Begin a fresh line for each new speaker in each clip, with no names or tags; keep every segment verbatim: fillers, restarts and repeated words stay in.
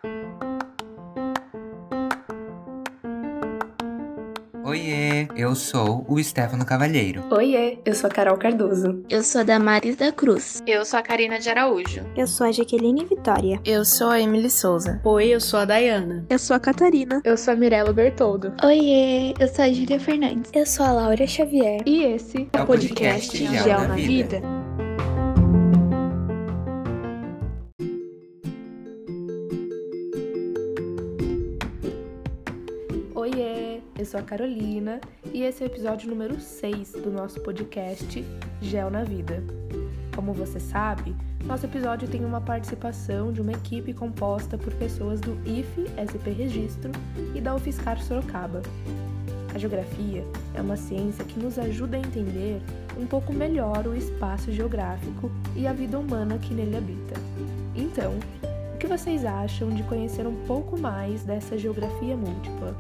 Oiê, eu sou o Stefano Cavalheiro.
Oiê, eu sou a Carol Cardoso.
Eu sou a Damaris da Cruz.
Eu sou a Karina de Araújo.
Eu sou a Jaqueline Vitória.
Eu sou a Emily Souza.
Oi, eu sou a Dayana.
Eu sou a Catarina.
Eu sou a Mirella Bertoldo.
Oiê, eu sou a Júlia Fernandes.
Eu sou a Laura Xavier.
E esse
é o podcast, podcast Gel na, na Vida. vida.
Oiê, eu sou a Carolina e esse é o episódio número seis do nosso podcast Gel na Vida. Como você sabe, nosso episódio tem uma participação de uma equipe composta por pessoas do I F S P Registro e da UFSCar Sorocaba. A geografia é uma ciência que nos ajuda a entender um pouco melhor o espaço geográfico e a vida humana que nele habita. Então, o que vocês acham de conhecer um pouco mais dessa geografia múltipla?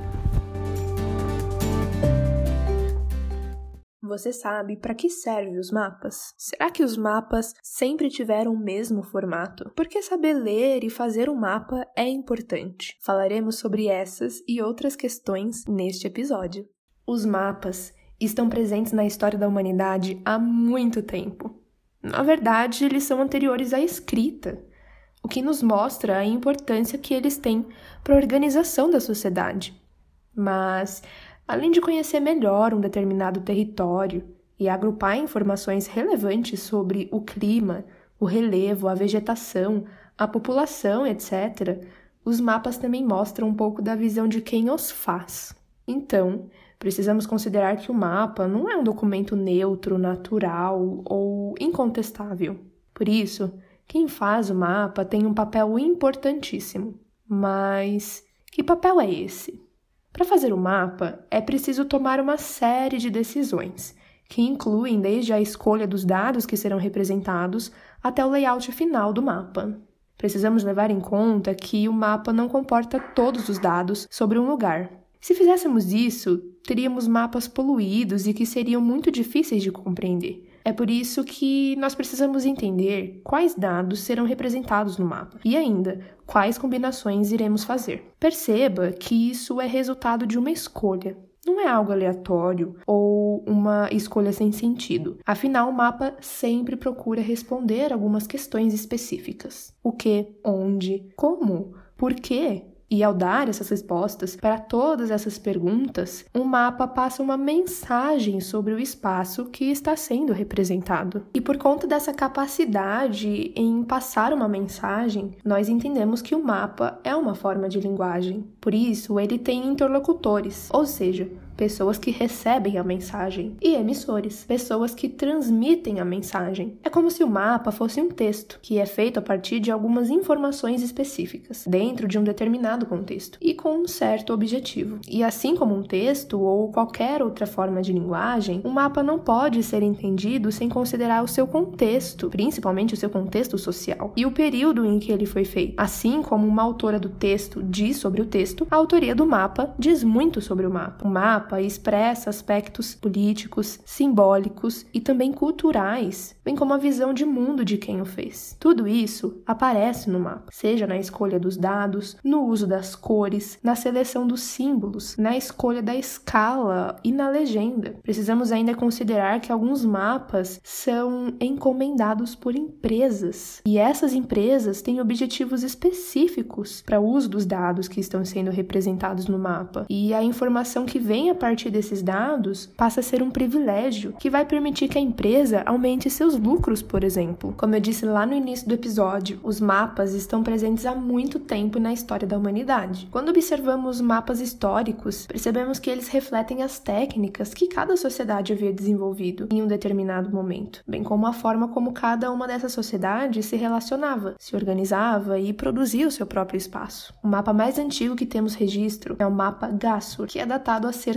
Você sabe para que servem os mapas? Será que os mapas sempre tiveram o mesmo formato? Por que saber ler e fazer um mapa é importante? Falaremos sobre essas e outras questões neste episódio. Os mapas estão presentes na história da humanidade há muito tempo. Na verdade, eles são anteriores à escrita, o que nos mostra a importância que eles têm para a organização da sociedade. Mas além de conhecer melhor um determinado território e agrupar informações relevantes sobre o clima, o relevo, a vegetação, a população, etcétera, os mapas também mostram um pouco da visão de quem os faz. Então, precisamos considerar que o mapa não é um documento neutro, natural ou incontestável. Por isso, quem faz o mapa tem um papel importantíssimo. Mas que papel é esse? Para fazer o mapa, é preciso tomar uma série de decisões, que incluem desde a escolha dos dados que serão representados até o layout final do mapa. Precisamos levar em conta que o mapa não comporta todos os dados sobre um lugar. Se fizéssemos isso, teríamos mapas poluídos e que seriam muito difíceis de compreender. É por isso que nós precisamos entender quais dados serão representados no mapa e ainda quais combinações iremos fazer. Perceba que isso é resultado de uma escolha. Não é algo aleatório ou uma escolha sem sentido. Afinal, o mapa sempre procura responder algumas questões específicas. O que, onde, como, por quê? E ao dar essas respostas para todas essas perguntas, um mapa passa uma mensagem sobre o espaço que está sendo representado. E por conta dessa capacidade em passar uma mensagem, nós entendemos que o mapa é uma forma de linguagem. Por isso, ele tem interlocutores, ou seja, pessoas que recebem a mensagem, e emissores, pessoas que transmitem a mensagem. É como se o mapa fosse um texto, que é feito a partir de algumas informações específicas, dentro de um determinado contexto, e com um certo objetivo. E assim como um texto ou qualquer outra forma de linguagem, um mapa não pode ser entendido sem considerar o seu contexto, principalmente o seu contexto social, e o período em que ele foi feito. Assim como uma autora do texto diz sobre o texto, a autoria do mapa diz muito sobre o mapa. O mapa expressa aspectos políticos, simbólicos e também culturais, bem como a visão de mundo de quem o fez. Tudo isso aparece no mapa, seja na escolha dos dados, no uso das cores, na seleção dos símbolos, na escolha da escala e na legenda. Precisamos ainda considerar que alguns mapas são encomendados por empresas, e essas empresas têm objetivos específicos para o uso dos dados que estão sendo representados no mapa, e a informação que vem a partir desses dados passa a ser um privilégio que vai permitir que a empresa aumente seus lucros, por exemplo. Como eu disse lá no início do episódio, os mapas estão presentes há muito tempo na história da humanidade. Quando observamos mapas históricos, percebemos que eles refletem as técnicas que cada sociedade havia desenvolvido em um determinado momento, bem como a forma como cada uma dessas sociedades se relacionava, se organizava e produzia o seu próprio espaço. O mapa mais antigo que temos registro é o mapa Gassur, que é datado a cerca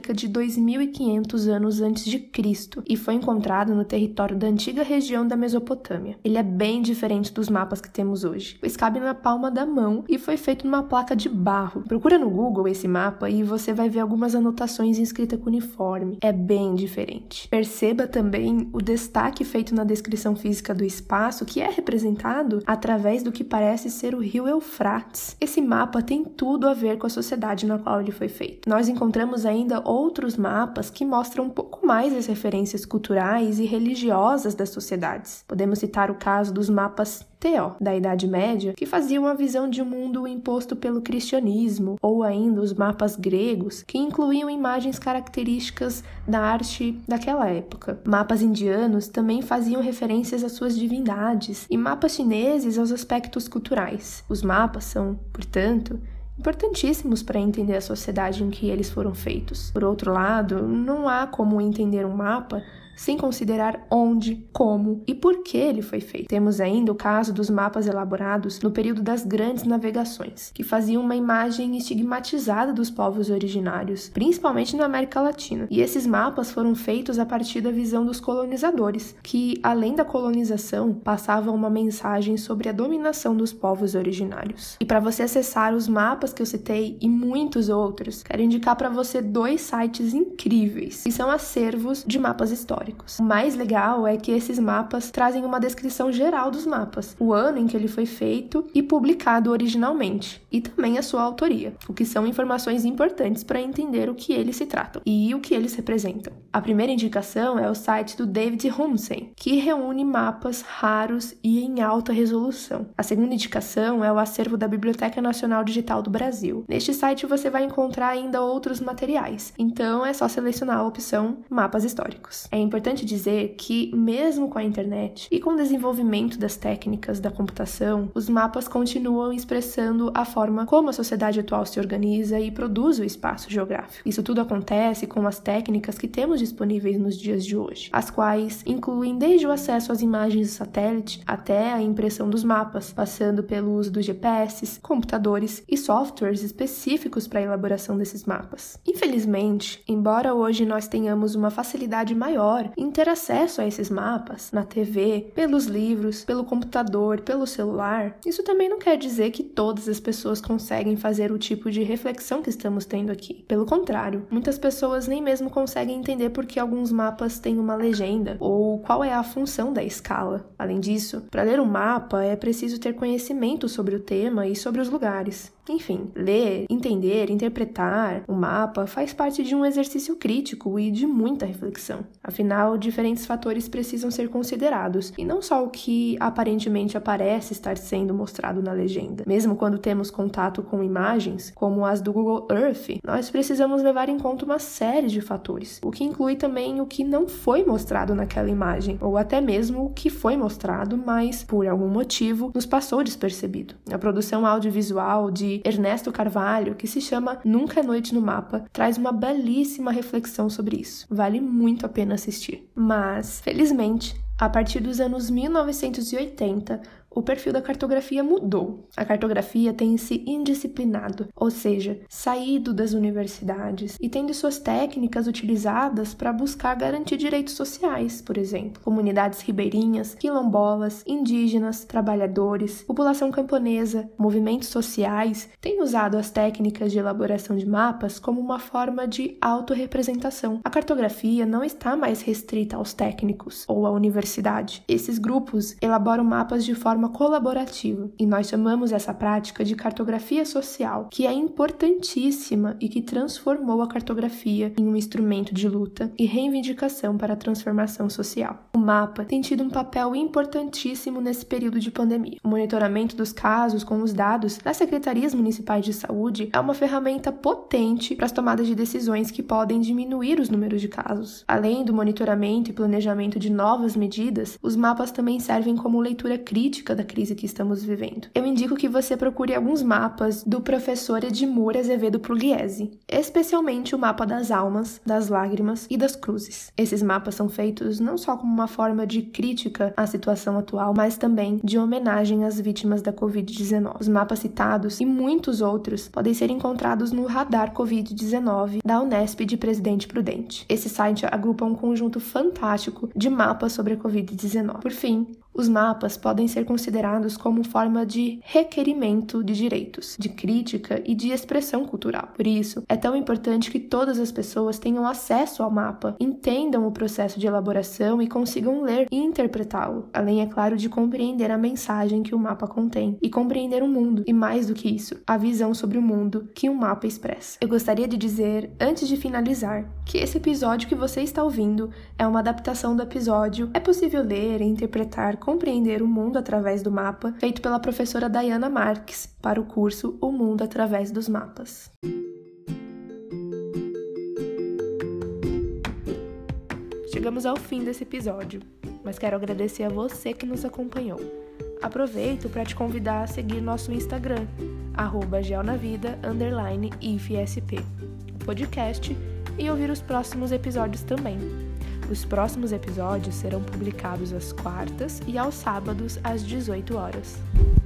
cerca de dois mil e quinhentos anos antes de Cristo e foi encontrado no território da antiga região da Mesopotâmia. Ele é bem diferente dos mapas que temos hoje, pois cabe na palma da mão e foi feito numa placa de barro. Procura no Google esse mapa e você vai ver algumas anotações em escrita cuneiforme. É bem diferente. Perceba também o destaque feito na descrição física do espaço, que é representado através do que parece ser o rio Eufrates. Esse mapa tem tudo a ver com a sociedade na qual ele foi feito. Nós encontramos ainda outros mapas que mostram um pouco mais as referências culturais e religiosas das sociedades. Podemos citar o caso dos mapas Teó, da Idade Média, que faziam a visão de um mundo imposto pelo cristianismo, ou ainda os mapas gregos, que incluíam imagens características da arte daquela época. Mapas indianos também faziam referências às suas divindades, e mapas chineses aos aspectos culturais. Os mapas são, portanto, importantíssimos para entender a sociedade em que eles foram feitos. Por outro lado, não há como entender um mapa sem considerar onde, como e por que ele foi feito. Temos ainda o caso dos mapas elaborados no período das grandes navegações, que faziam uma imagem estigmatizada dos povos originários, principalmente na América Latina. E esses mapas foram feitos a partir da visão dos colonizadores, que, além da colonização, passavam uma mensagem sobre a dominação dos povos originários. E para você acessar os mapas que eu citei e muitos outros, quero indicar para você dois sites incríveis, que são acervos de mapas históricos. O mais legal é que esses mapas trazem uma descrição geral dos mapas, o ano em que ele foi feito e publicado originalmente, e também a sua autoria, o que são informações importantes para entender o que eles se tratam e o que eles representam. A primeira indicação é o site do David Humsen, que reúne mapas raros e em alta resolução. A segunda indicação é o acervo da Biblioteca Nacional Digital do Brasil. Neste site você vai encontrar ainda outros materiais, então é só selecionar a opção Mapas Históricos. É importante dizer que, mesmo com a internet e com o desenvolvimento das técnicas da computação, os mapas continuam expressando a forma como a sociedade atual se organiza e produz o espaço geográfico. Isso tudo acontece com as técnicas que temos disponíveis nos dias de hoje, as quais incluem desde o acesso às imagens de satélite até a impressão dos mapas, passando pelo uso dos G P S, computadores e softwares específicos para a elaboração desses mapas. Infelizmente, embora hoje nós tenhamos uma facilidade maior em ter acesso a esses mapas na T V, pelos livros, pelo computador, pelo celular, isso também não quer dizer que todas as pessoas conseguem fazer o tipo de reflexão que estamos tendo aqui. Pelo contrário, muitas pessoas nem mesmo conseguem entender por que alguns mapas têm uma legenda ou qual é a função da escala. Além disso, para ler um mapa é preciso ter conhecimento sobre o tema e sobre os lugares. Enfim, ler, entender, interpretar o mapa faz parte de um exercício crítico e de muita reflexão. Afinal, diferentes fatores precisam ser considerados, e não só o que aparentemente aparece estar sendo mostrado na legenda. Mesmo quando temos contato com imagens, como as do Google Earth, nós precisamos levar em conta uma série de fatores, o que inclui também o que não foi mostrado naquela imagem, ou até mesmo o que foi mostrado, mas, por algum motivo, nos passou despercebido. A produção audiovisual de Ernesto Carvalho, que se chama Nunca é Noite no Mapa, traz uma belíssima reflexão sobre isso. Vale muito a pena assistir. Mas, felizmente, a partir dos anos mil novecentos e oitenta, o perfil da cartografia mudou. A cartografia tem se indisciplinado, ou seja, saído das universidades e tendo suas técnicas utilizadas para buscar garantir direitos sociais, por exemplo. Comunidades ribeirinhas, quilombolas, indígenas, trabalhadores, população camponesa, movimentos sociais têm usado as técnicas de elaboração de mapas como uma forma de autorrepresentação. A cartografia não está mais restrita aos técnicos ou à universidade. Esses grupos elaboram mapas de forma colaborativa, e nós chamamos essa prática de cartografia social, que é importantíssima e que transformou a cartografia em um instrumento de luta e reivindicação para a transformação social. O mapa tem tido um papel importantíssimo nesse período de pandemia. O monitoramento dos casos com os dados das secretarias municipais de saúde é uma ferramenta potente para as tomadas de decisões que podem diminuir os números de casos. Além do monitoramento e planejamento de novas medidas, os mapas também servem como leitura crítica da crise que estamos vivendo. Eu indico que você procure alguns mapas do professor Edmur Azevedo Pugliese, especialmente o mapa das almas, das lágrimas e das cruzes. Esses mapas são feitos não só como uma forma de crítica à situação atual, mas também de homenagem às vítimas da covid dezenove. Os mapas citados e muitos outros podem ser encontrados no Radar covid dezenove da Unesp de Presidente Prudente. Esse site agrupa um conjunto fantástico de mapas sobre a covid dezenove. Por fim, os mapas podem ser considerados como forma de requerimento de direitos, de crítica e de expressão cultural. Por isso, é tão importante que todas as pessoas tenham acesso ao mapa, entendam o processo de elaboração e consigam ler e interpretá-lo, além, é claro, de compreender a mensagem que o mapa contém e compreender o mundo, e mais do que isso, a visão sobre o mundo que um mapa expressa. Eu gostaria de dizer, antes de finalizar, que esse episódio que você está ouvindo é uma adaptação do episódio É Possível Ler e Interpretar Compreender o Mundo através do Mapa, feito pela professora Dayana Marques, para o curso O Mundo através dos Mapas. Chegamos ao fim desse episódio, mas quero agradecer a você que nos acompanhou. Aproveito para te convidar a seguir nosso Instagram, arroba geonavida, underline, ifsp, o podcast, e ouvir os próximos episódios também. Os próximos episódios serão publicados às quartas e aos sábados às dezoito horas.